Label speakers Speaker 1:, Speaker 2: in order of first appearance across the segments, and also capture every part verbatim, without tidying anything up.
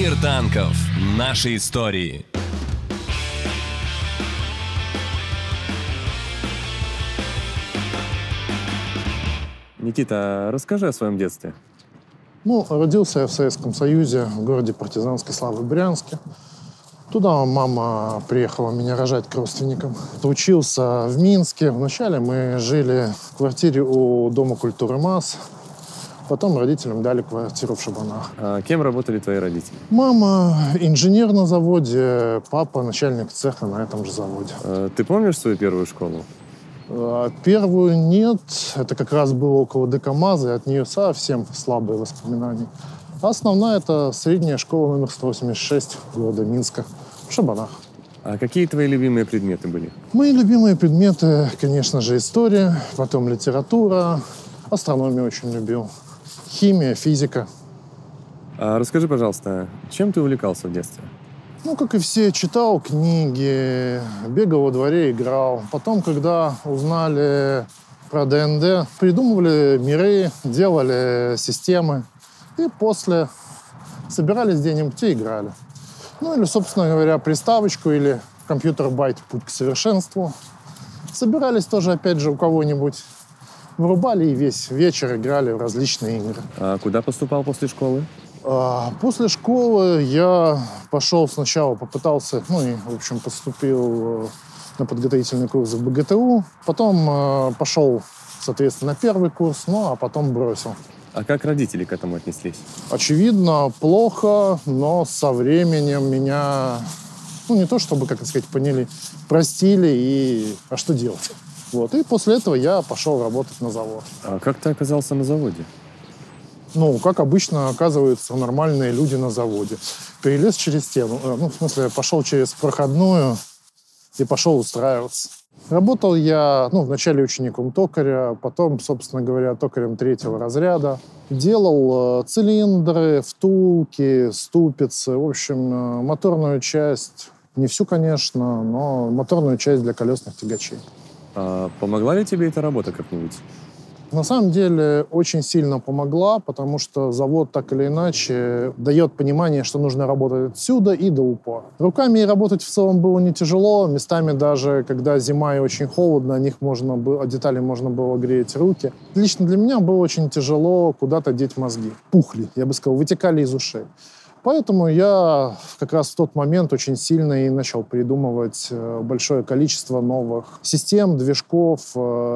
Speaker 1: Мир танков. Наши истории.
Speaker 2: Никита, расскажи о своем детстве.
Speaker 3: Ну, родился я в Советском Союзе, в городе партизанской славы Брянске. Туда мама приехала меня рожать к родственникам. Учился в Минске. Вначале мы жили в квартире у Дома культуры МАЗ. Потом родителям дали квартиру в Шабанах.
Speaker 2: А кем работали твои родители?
Speaker 3: Мама инженер на заводе, папа начальник цеха на этом же заводе.
Speaker 2: А ты помнишь свою первую школу?
Speaker 3: Первую нет. Это как раз было около ДК-МАЗа, и от нее совсем слабые воспоминания. А основная — это средняя школа номер сто восемьдесят шесть города Минска, в Шабанах.
Speaker 2: А какие твои любимые предметы были?
Speaker 3: Мои любимые предметы, конечно же, история, потом литература, астрономию очень любил, химия, физика.
Speaker 2: А расскажи, пожалуйста, чем ты увлекался в детстве?
Speaker 3: Ну, как и все, читал книги, бегал во дворе, играл. Потом, когда узнали про ДНД, придумывали миры, делали системы. И после собирались где-нибудь и играли. Ну, или, собственно говоря, приставочку или компьютер Байт «Путь к совершенству». Собирались тоже, опять же, у кого-нибудь. Вырубали и весь вечер играли в различные игры.
Speaker 2: А куда поступал после школы?
Speaker 3: После школы я пошел сначала, попытался, ну и, в общем, поступил на подготовительный курс в БГТУ. Потом пошел, соответственно, на первый курс, ну а потом бросил.
Speaker 2: А как родители к этому отнеслись?
Speaker 3: Очевидно, плохо, но со временем меня, ну не то чтобы, как сказать, поняли, простили и а что делать? Вот. И после этого я пошел работать на завод.
Speaker 2: А как ты оказался на заводе?
Speaker 3: Ну, как обычно оказываются нормальные люди на заводе. Перелез через стену. Ну, в смысле, пошел через проходную и пошел устраиваться. Работал я, ну, вначале учеником токаря, потом, собственно говоря, токарем третьего разряда. Делал цилиндры, втулки, ступицы. В общем, моторную часть, не всю, конечно, но моторную часть для колесных тягачей.
Speaker 2: А помогла ли тебе эта работа как-нибудь?
Speaker 3: На самом деле очень сильно помогла, потому что завод так или иначе дает понимание, что нужно работать отсюда и до упора. Руками работать в целом было не тяжело. Местами даже, когда зима и очень холодно, о них можно было, детали можно было греть руки. Лично для меня было очень тяжело куда-то деть мозги. Пухли, я бы сказал, вытекали из ушей. Поэтому я как раз в тот момент очень сильно и начал придумывать большое количество новых систем, движков,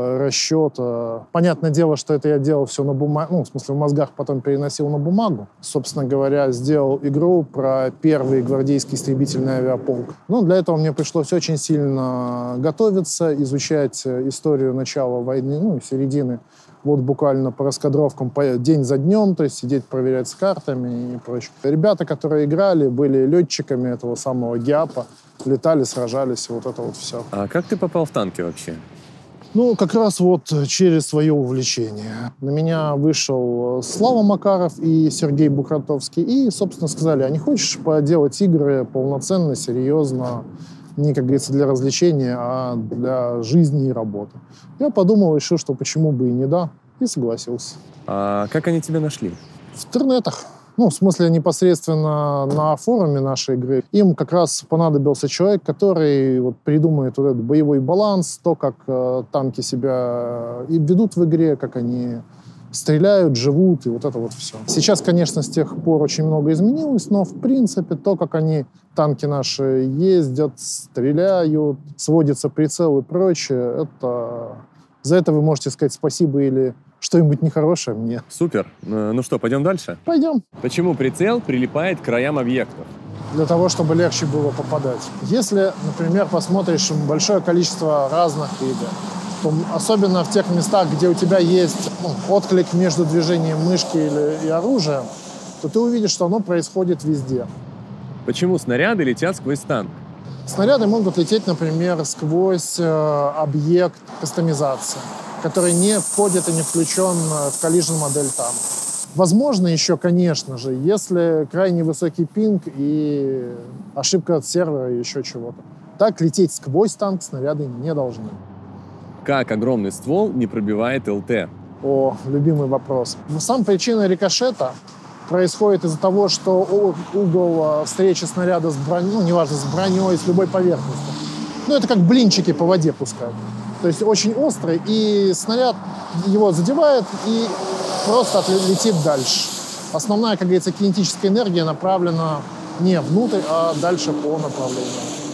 Speaker 3: расчета. Понятное дело, что это я делал все на бумаге, ну, в смысле, в мозгах потом переносил на бумагу. Собственно говоря, сделал игру про первый гвардейский истребительный авиаполк. Но для этого мне пришлось очень сильно готовиться, изучать историю начала войны, ну, середины. Вот буквально по раскадровкам, по день за днем, то есть сидеть, проверять с картами и прочее. Ребята, которые играли, были летчиками этого самого ГИАПа, летали, сражались, вот это вот все.
Speaker 2: А как ты попал в танки вообще?
Speaker 3: Ну, как раз вот через свое увлечение. На меня вышел Слава Макаров и Сергей Бухратовский, и, собственно, сказали, а не хочешь поделать игры полноценно, серьезно, не, как говорится, для развлечения, а для жизни и работы. Я подумал, решил, что почему бы и не да, и согласился.
Speaker 2: А как они тебя нашли?
Speaker 3: В интернетах. Ну, в смысле, непосредственно на форуме нашей игры. Им как раз понадобился человек, который вот придумает вот этот боевой баланс, то, как э, танки себя и ведут в игре, как они стреляют, живут, и вот это вот все. Сейчас, конечно, с тех пор очень много изменилось, но, в принципе, то, как они, танки наши, ездят, стреляют, сводится прицел и прочее, это... За это вы можете сказать спасибо или что-нибудь нехорошее мне.
Speaker 2: Супер. Ну что, пойдем дальше?
Speaker 3: Пойдем.
Speaker 2: Почему прицел прилипает к краям объектов?
Speaker 3: Для того, чтобы легче было попадать. Если, например, посмотришь большое количество разных игр, то особенно в тех местах, где у тебя есть ну, отклик между движением мышки или, и оружием, то ты увидишь, что оно происходит везде.
Speaker 2: Почему снаряды летят сквозь танк?
Speaker 3: Снаряды могут лететь, например, сквозь э, объект кастомизации, который не входит и не включен в collision модель танка. Возможно еще, конечно же, если крайне высокий пинг и ошибка от сервера и еще чего-то. Так лететь сквозь танк снаряды не должны.
Speaker 2: Как огромный ствол не пробивает эл тэ?
Speaker 3: О, любимый вопрос. Сам причина рикошета происходит из-за того, что угол встречи снаряда с броней, ну, неважно, с броней, с любой поверхностью. Ну, это как блинчики по воде пускать. То есть очень острый, и снаряд его задевает и просто летит дальше. Основная, как говорится, кинетическая энергия направлена не внутрь, а дальше по направлению.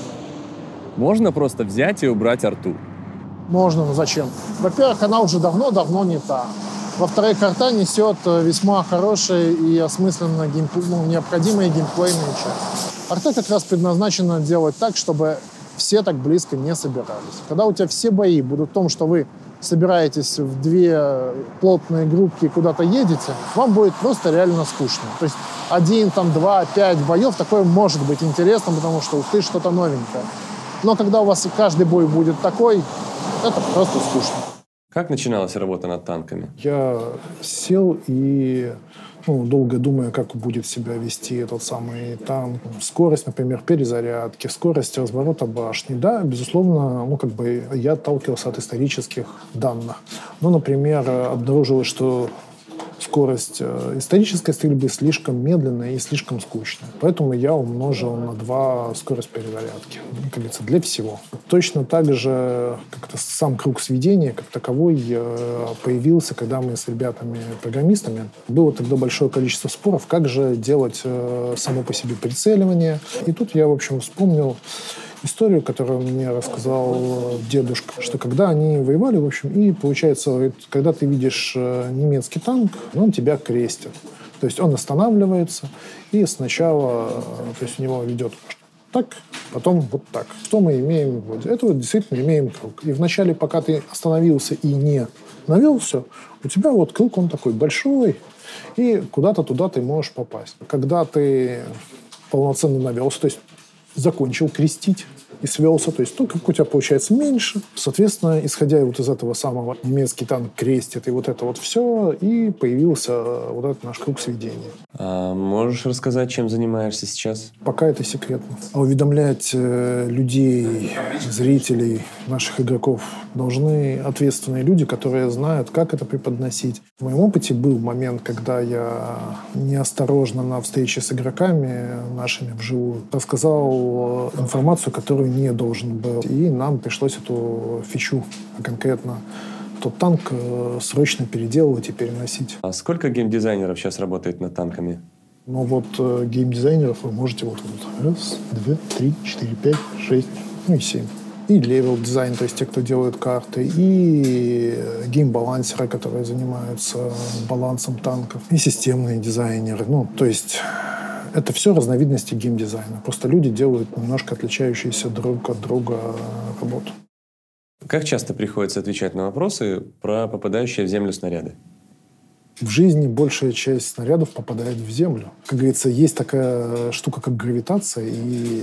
Speaker 2: Можно просто взять и убрать арту?
Speaker 3: Можно, но зачем? Во-первых, она уже давно-давно не та. Во-вторых, арта несет весьма хорошие и осмысленно геймплей, ну, необходимые геймплейные части. Арта как раз предназначена делать так, чтобы все так близко не собирались. Когда у тебя все бои будут в том, что вы собираетесь в две плотные группки и куда-то едете, вам будет просто реально скучно. То есть один, там, два, пять боев, такое может быть интересно, потому что ух ты, что-то новенькое. Но когда у вас каждый бой будет такой, это просто скучно.
Speaker 2: Как начиналась работа над танками?
Speaker 3: Я сел и, ну, долго думая, как будет себя вести этот самый танк. Скорость, например, перезарядки, скорость разворота башни. Да, безусловно, ну, как бы я отталкивался от исторических данных. Ну, например, обнаружилось, что скорость исторической стрельбы слишком медленная и слишком скучная. Поэтому я умножил на два скорость перезарядки. Как говорится, для всего. Точно так же как-то сам круг сведения как таковой появился, когда мы с ребятами-программистами. Было тогда большое количество споров, как же делать само по себе прицеливание. И тут я, в общем, вспомнил историю, которую мне рассказал дедушка, что когда они воевали, в общем, и получается, когда ты видишь немецкий танк, он тебя крестит. То есть он останавливается, и сначала, то есть у него ведет так, потом вот так. Что мы имеем? Вот. Это вот действительно имеем круг. И вначале, пока ты остановился и не навелся, у тебя вот круг, он такой большой, и куда-то туда ты можешь попасть. Когда ты полноценно навелся, то есть закончил крестить и свелся, то есть то, как у тебя получается меньше. Соответственно, исходя вот из этого самого немецкий танк крестит, и вот это вот все, и появился вот этот наш круг сведения.
Speaker 2: А можешь рассказать, чем занимаешься сейчас?
Speaker 3: Пока это секретно. А уведомлять э, людей, зрителей, наших игроков должны ответственные люди, которые знают, как это преподносить. В моем опыте был момент, когда я неосторожно на встрече с игроками нашими вживую рассказал информацию, которую не должен был. И нам пришлось эту фичу, а конкретно тот танк, срочно переделывать и переносить.
Speaker 2: А сколько геймдизайнеров сейчас работает над танками?
Speaker 3: Ну вот э, геймдизайнеров вы можете вот, вот раз, два, три, четыре, пять, шесть, ну и семь. И левел-дизайн, то есть те, кто делают карты, и геймбалансеры, которые занимаются балансом танков, и системные дизайнеры. Ну, то есть это все разновидности геймдизайна. Просто люди делают немножко отличающиеся друг от друга работу.
Speaker 2: Как часто приходится отвечать на вопросы про попадающие в землю снаряды?
Speaker 3: В жизни большая часть снарядов попадает в землю. Как говорится, есть такая штука, как гравитация, и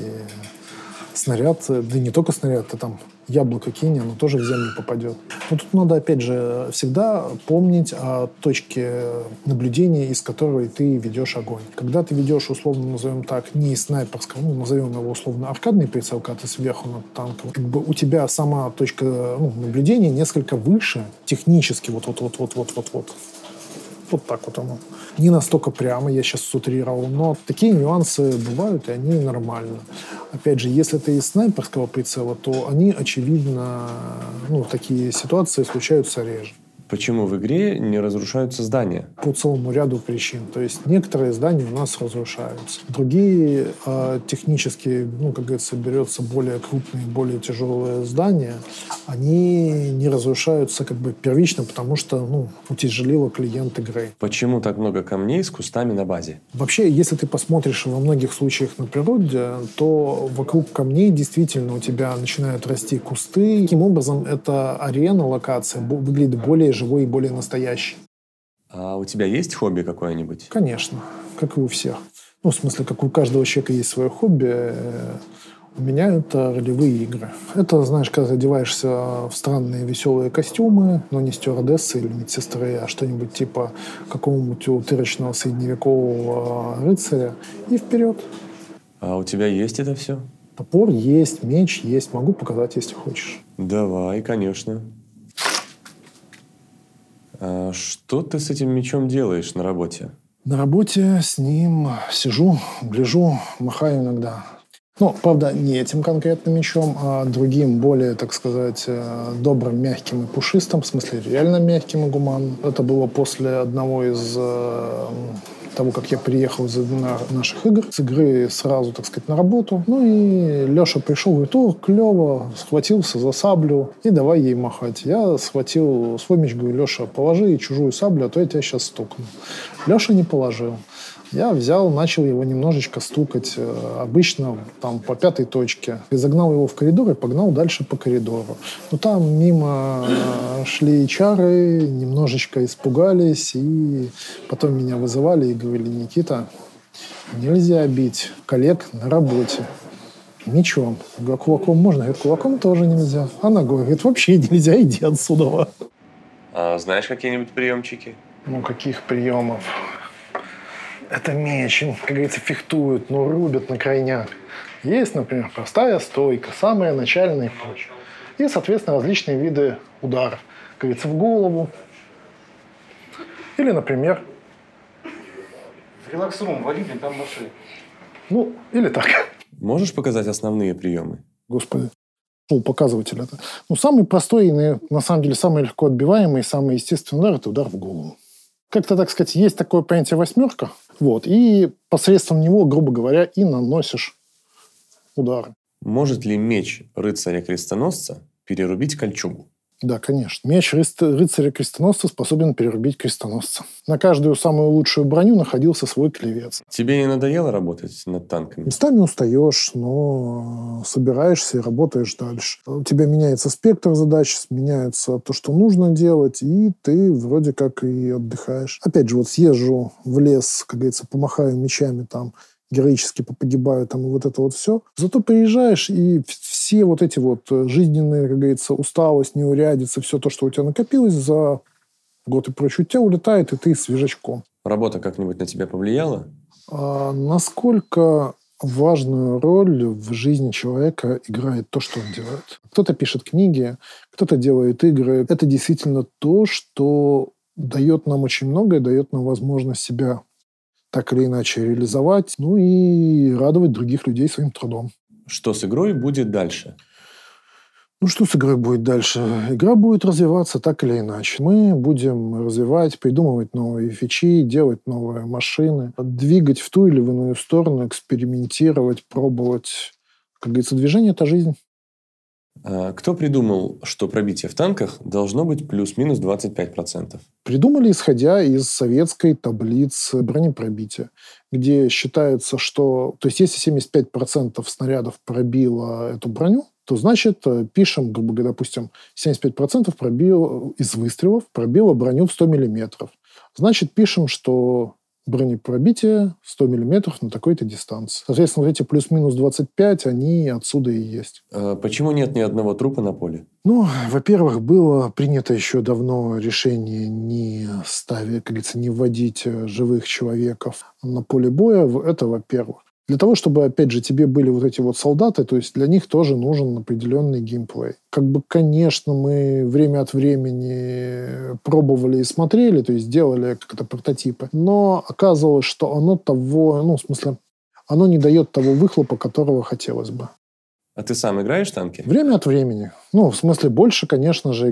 Speaker 3: снаряд, да и не только снаряд, ты там яблоко кинь, оно тоже в землю попадет. Но тут надо, опять же, всегда помнить о точке наблюдения, из которой ты ведешь огонь. Когда ты ведешь, условно назовем так, не из снайперского, ну, назовем его условно аркадный прицел, когда ты сверху над танком, как бы у тебя сама точка, ну, наблюдения несколько выше технически, вот-вот-вот-вот-вот-вот-вот. Вот так вот оно. Не настолько прямо, я сейчас сутрировал, но такие нюансы бывают, и они нормально. Опять же, если ты из снайперского прицела, то они, очевидно, ну, такие ситуации случаются реже.
Speaker 2: Почему в игре не разрушаются здания?
Speaker 3: По целому ряду причин. То есть некоторые здания у нас разрушаются. Другие э, технически, ну, как говорится, берется более крупные, более тяжелые здания, они не разрушаются как бы первично, потому что, ну, утяжелило клиент игры.
Speaker 2: Почему так много камней с кустами на базе?
Speaker 3: Вообще, если ты посмотришь во многих случаях на природе, то вокруг камней действительно у тебя начинают расти кусты. Таким образом, эта арена, локация выглядит более живой и более настоящий.
Speaker 2: А у тебя есть хобби какое-нибудь?
Speaker 3: Конечно, как и у всех. Ну, в смысле, как у каждого человека есть свое хобби. У меня это ролевые игры. Это, знаешь, когда ты одеваешься в странные веселые костюмы, но не стюардессы или медсестры, а что-нибудь типа какого-нибудь утырочного средневекового рыцаря, и вперед.
Speaker 2: А у тебя есть это все?
Speaker 3: Топор есть, меч есть. Могу показать, если хочешь.
Speaker 2: Давай, конечно. А что ты с этим мечом делаешь на работе?
Speaker 3: На работе с ним сижу, гляжу, махаю иногда. Ну, правда, не этим конкретным мечом, а другим, более, так сказать, добрым, мягким и пушистым, в смысле реально мягким и гуманным. Это было после одного из того, как я приехал из наших игр. С игры сразу, так сказать, на работу. Ну и Леша пришел, говорит: о, клево, схватился за саблю и давай ей махать. Я схватил свой меч, говорю: Леша, положи чужую саблю, а то я тебя сейчас стукну. Леша не положил. Я взял, начал его немножечко стукать, обычно там по пятой точке. И загнал его в коридор и погнал дальше по коридору. Но там мимо шли чары, немножечко испугались, и потом меня вызывали и говорили: Никита, нельзя бить коллег на работе. Мечом. Я говорю: кулаком можно? Говорит: кулаком тоже нельзя. А ногой? Говорит: вообще нельзя, иди отсюда.
Speaker 2: А знаешь какие-нибудь приемчики?
Speaker 3: Ну, каких приемов? Это меч, как говорится, фехтуют, но рубят на крайняк. Есть, например, простая стойка, самая начальная путь. И, соответственно, различные виды ударов. Как говорится, в голову. Или, например...
Speaker 4: Релакс-рум, валидный, там машины.
Speaker 3: Ну, или так.
Speaker 2: Можешь показать основные приемы?
Speaker 3: Господи, шел показыватель это. Ну, самый простой и, на самом деле, самый легко отбиваемый, самый естественный удар – это удар в голову. Как-то, так сказать, есть такое понятие восьмерка, вот, и посредством него, грубо говоря, и наносишь удары.
Speaker 2: Может ли меч рыцаря-крестоносца перерубить кольчугу?
Speaker 3: Да, конечно. Меч рыцаря-крестоносца способен перерубить крестоносца. На каждую самую лучшую броню находился свой клевец.
Speaker 2: Тебе не надоело работать над танками?
Speaker 3: Местами устаешь, но собираешься и работаешь дальше. У тебя меняется спектр задач, меняется то, что нужно делать, и ты вроде как и отдыхаешь. Опять же, вот съезжу в лес, как говорится, помахаю мечами там, героически попогибаю там и вот это вот все. Зато приезжаешь, и все вот эти вот жизненные, как говорится, усталость, неурядица, все то, что у тебя накопилось за год и прочее, у тебя улетает, и ты свежачком.
Speaker 2: Работа как-нибудь на тебя повлияла?
Speaker 3: А насколько важную роль в жизни человека играет то, что он делает? Кто-то пишет книги, кто-то делает игры. Это действительно то, что дает нам очень многое, дает нам возможность себя так или иначе реализовать, ну и радовать других людей своим трудом.
Speaker 2: Что с игрой будет дальше?
Speaker 3: Ну, что с игрой будет дальше? Игра будет развиваться так или иначе. Мы будем развивать, придумывать новые фичи, делать новые машины, двигать в ту или в иную сторону, экспериментировать, пробовать. Как говорится, движение – это жизнь.
Speaker 2: А кто придумал, что пробитие в танках должно быть плюс-минус двадцать пять процентов?
Speaker 3: Придумали, исходя из советской таблицы бронепробития, где считается, что... То есть, если семьдесят пять процентов снарядов пробило эту броню, то, значит, пишем, грубо говоря, допустим, семьдесят пять процентов пробил из выстрелов, пробило броню в сто миллиметров. Значит, пишем, что бронепробитие сто миллиметров на такой-то дистанции. Соответственно, вот эти плюс-минус двадцать пять, они отсюда и есть.
Speaker 2: А почему нет ни одного трупа на поле?
Speaker 3: Ну, во-первых, было принято еще давно решение не ставить, как говорится, не вводить живых человеков на поле боя. Это во-первых. Для того, чтобы, опять же, тебе были вот эти вот солдаты, то есть для них тоже нужен определенный геймплей. Как бы, конечно, мы время от времени пробовали и смотрели, то есть делали как-то прототипы, но оказывалось, что оно того, ну, в смысле, оно не дает того выхлопа, которого хотелось бы.
Speaker 2: А ты сам играешь в танки?
Speaker 3: Время от времени. Ну, в смысле, больше, конечно же,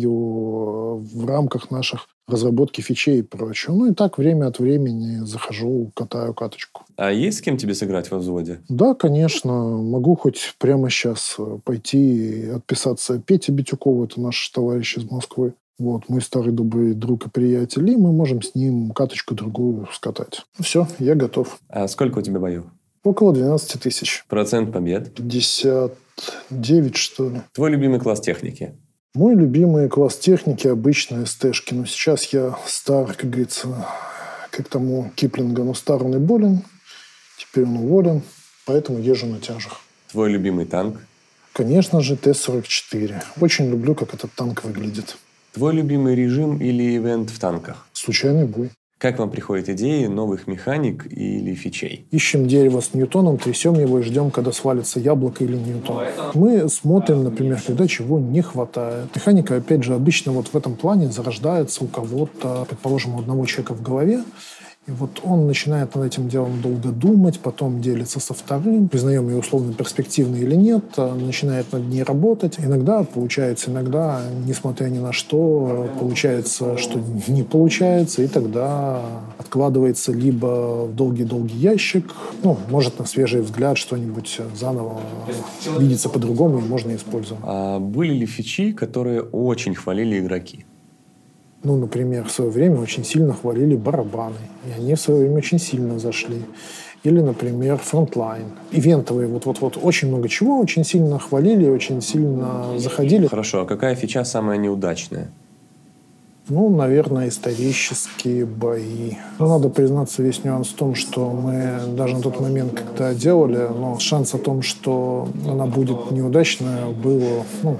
Speaker 3: играю в рамках наших разработки фичей и прочего. Ну, и так время от времени захожу, катаю каточку.
Speaker 2: А есть с кем тебе сыграть во взводе?
Speaker 3: Да, конечно. Могу хоть прямо сейчас пойти и отписаться Пете Битюкову, это наш товарищ из Москвы. Вот, мой старый добрый друг и приятель. И мы можем с ним каточку другую скатать. Ну, все, я готов.
Speaker 2: А сколько у тебя боев?
Speaker 3: Около двенадцать тысяч.
Speaker 2: Процент побед?
Speaker 3: пятьдесят девять, что ли.
Speaker 2: Твой любимый класс техники?
Speaker 3: Мой любимый класс техники – обычные эстэшки. Но сейчас я стар, как говорится, как тому Киплинга, но стар он и болен. Теперь он уволен, поэтому езжу на тяжах.
Speaker 2: Твой любимый танк?
Speaker 3: Конечно же, Т сорок четыре. Очень люблю, как этот танк выглядит.
Speaker 2: Твой любимый режим или ивент в танках?
Speaker 3: Случайный бой.
Speaker 2: Как вам приходят идеи новых механик или фичей?
Speaker 3: Ищем дерево с ньютоном, трясем его и ждем, когда свалится яблоко или ньютон. Мы смотрим, например, когда чего не хватает. Механика, опять же, обычно вот в этом плане зарождается у кого-то, предположим, у одного человека в голове. И вот он начинает над этим делом долго думать, потом делится со вторым, признаем ее условно перспективной или нет, начинает над ней работать. Иногда получается, иногда, несмотря ни на что, получается, что не получается, и тогда откладывается либо в долгий-долгий ящик, ну, может, на свежий взгляд что-нибудь заново видится по-другому и можно использовать.
Speaker 2: А были ли фичи, которые очень хвалили игроки?
Speaker 3: Ну, например, в свое время очень сильно хвалили барабаны, и они в свое время очень сильно зашли. Или, например, фронтлайн. Ивентовые, вот-вот-вот, очень много чего очень сильно хвалили, очень сильно заходили.
Speaker 2: Хорошо, а какая фича самая неудачная?
Speaker 3: Ну, наверное, исторические бои. Но надо признаться, весь нюанс в том, что мы даже на тот момент, когда делали, но шанс о том, что она будет неудачная, было, ну,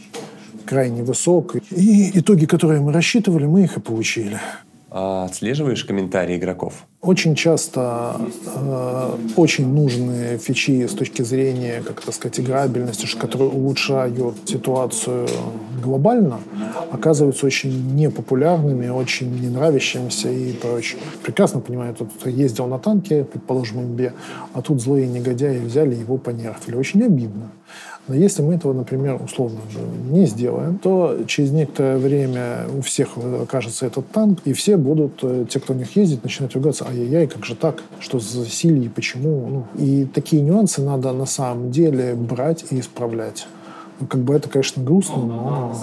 Speaker 3: крайне высок. И итоги, которые мы рассчитывали, мы их и получили.
Speaker 2: А отслеживаешь комментарии игроков?
Speaker 3: Очень часто э, очень нужные фичи с точки зрения, как это сказать, играбельности, которые улучшают ситуацию глобально, оказываются очень непопулярными, очень не нравящимися и прочее. Прекрасно понимаю, тут ездил на танке, предположим, имбе, а тут злые негодяи взяли его понерфили. Очень обидно. Но если мы этого, например, условно не сделаем, то через некоторое время у всех окажется этот танк, и все будут, те, кто на них ездит, начинают ругаться: ай-яй-яй, как же так? Что за засилье, почему? Ну, и такие нюансы надо на самом деле брать и исправлять. Ну, как бы это, конечно, грустно, но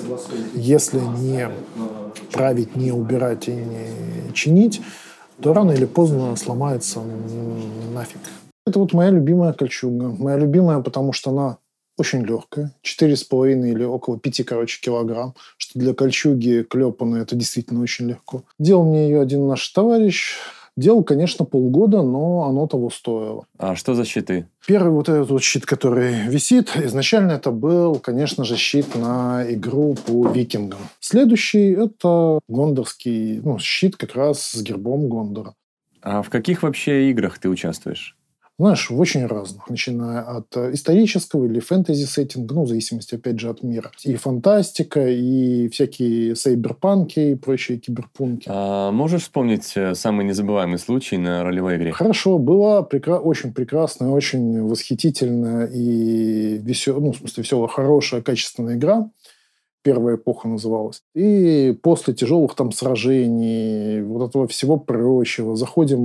Speaker 3: если не править, не убирать и не чинить, то рано или поздно сломается нафиг. Это вот моя любимая кольчуга. Моя любимая, потому что она очень легкая. четыре с половиной или около пяти, короче, килограмм. Что для кольчуги клепанной это действительно очень легко. Делал мне ее один наш товарищ. Делал, конечно, полгода, но оно того стоило.
Speaker 2: А что за щиты?
Speaker 3: Первый вот этот вот щит, который висит, изначально это был, конечно же, щит на игру по викингам. Следующий – это гондорский, ну, щит как раз с гербом Гондора.
Speaker 2: А в каких вообще играх ты участвуешь?
Speaker 3: Знаешь, в очень разных, начиная от исторического или фэнтези-сеттинга, ну, в зависимости, опять же, от мира. И фантастика, и всякие сайберпанки, и прочие киберпунки.
Speaker 2: А можешь вспомнить самый незабываемый случай на ролевой игре?
Speaker 3: Хорошо, была прекра- очень прекрасная, очень восхитительная и веселая, ну, в смысле, веселая, хорошая, качественная игра. Первая эпоха называлась. И после тяжелых там сражений, вот этого всего прочего, заходим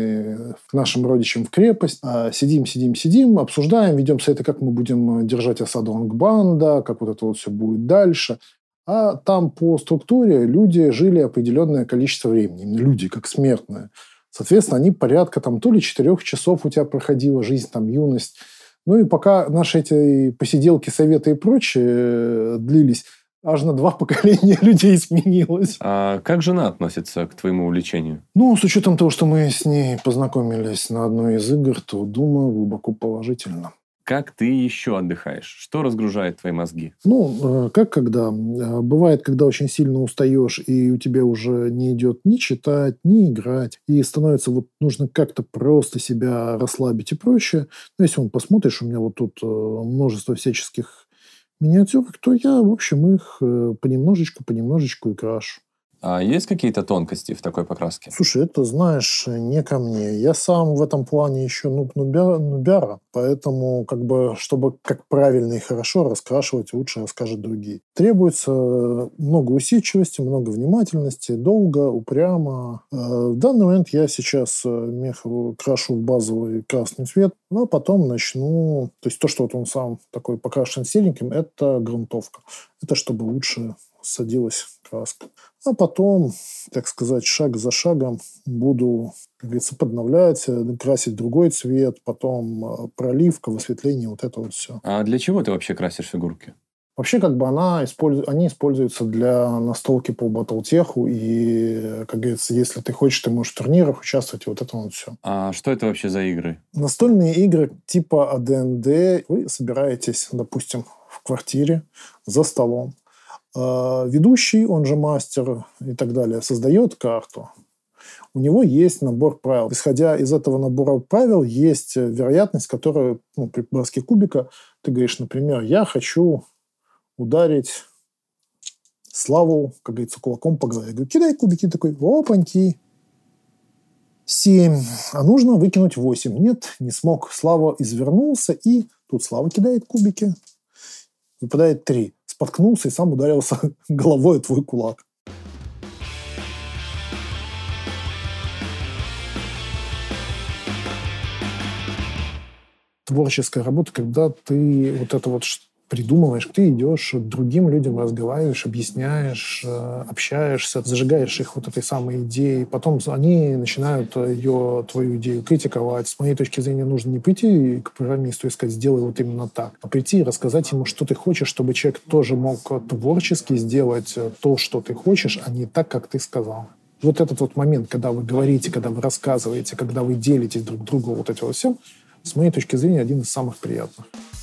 Speaker 3: мы к нашим родичам в крепость, сидим, сидим, сидим, обсуждаем, ведем советы, как мы будем держать осаду Ангбанда, как вот это вот все будет дальше. А там по структуре люди жили определенное количество времени. Именно люди, как смертные. Соответственно, они порядка там то ли четырех часов у тебя проходила жизнь, там, юность. Ну и пока наши эти посиделки, советы и прочее длились, аж на два поколения людей сменилось.
Speaker 2: А как жена относится к твоему увлечению?
Speaker 3: Ну, с учетом того, что мы с ней познакомились на одной из игр, то, думаю, глубоко положительно.
Speaker 2: Как ты еще отдыхаешь? Что разгружает твои мозги?
Speaker 3: Ну, как когда? Бывает, когда очень сильно устаешь, и у тебя уже не идет ни читать, ни играть, и становится вот нужно как-то просто себя расслабить и прочее. Но если вон посмотришь, у меня вот тут множество всяческих миниатюрок, то я, в общем, их понемножечку, понемножечку и крашу.
Speaker 2: А есть какие-то тонкости в такой покраске?
Speaker 3: Слушай, это, знаешь, не ко мне. Я сам в этом плане еще нуб-нубя- нубяра, поэтому, как бы, чтобы как правильно и хорошо раскрашивать, лучше расскажут другие. Требуется много усидчивости, много внимательности, долго, упрямо. В данный момент я сейчас мех крашу в базовый красный цвет, а потом начну... То есть то, что вот он сам такой покрашен сереньким, это грунтовка. Это чтобы лучше садилась краска. А потом, так сказать, шаг за шагом буду, как говорится, подновлять, красить другой цвет, потом проливка, высветление, вот это вот все.
Speaker 2: А для чего ты вообще красишь фигурки?
Speaker 3: Вообще, как бы она использует, они используются для настолки по батлтеху, и, как говорится, если ты хочешь, ты можешь в турнирах участвовать, и вот это вот все.
Speaker 2: А что это вообще за игры?
Speaker 3: Настольные игры типа А Д Н Д. Вы собираетесь, допустим, в квартире за столом. Ведущий, он же мастер и так далее, создает карту. У него есть набор правил. Исходя из этого набора правил, есть вероятность, которая, ну, при броске кубика, ты говоришь, например, я хочу ударить Славу, как говорится, кулаком по голове. Я говорю, кидай кубики, такой, опаньки. семь. А нужно выкинуть восемь. Нет, не смог. Слава извернулся, и тут Слава кидает кубики. Выпадает три. Споткнулся и сам ударился головой о твой кулак. Творческая работа, когда ты вот это вот придумываешь, ты идешь к другим людям, разговариваешь, объясняешь, общаешься, зажигаешь их вот этой самой идеей. Потом они начинают ее, твою идею критиковать. С моей точки зрения, нужно не прийти к программисту и сказать, сделай вот именно так, а прийти и рассказать ему, что ты хочешь, чтобы человек тоже мог творчески сделать то, что ты хочешь, а не так, как ты сказал. Вот этот вот момент, когда вы говорите, когда вы рассказываете, когда вы делитесь друг другу вот этим вот всем, с моей точки зрения, один из самых приятных.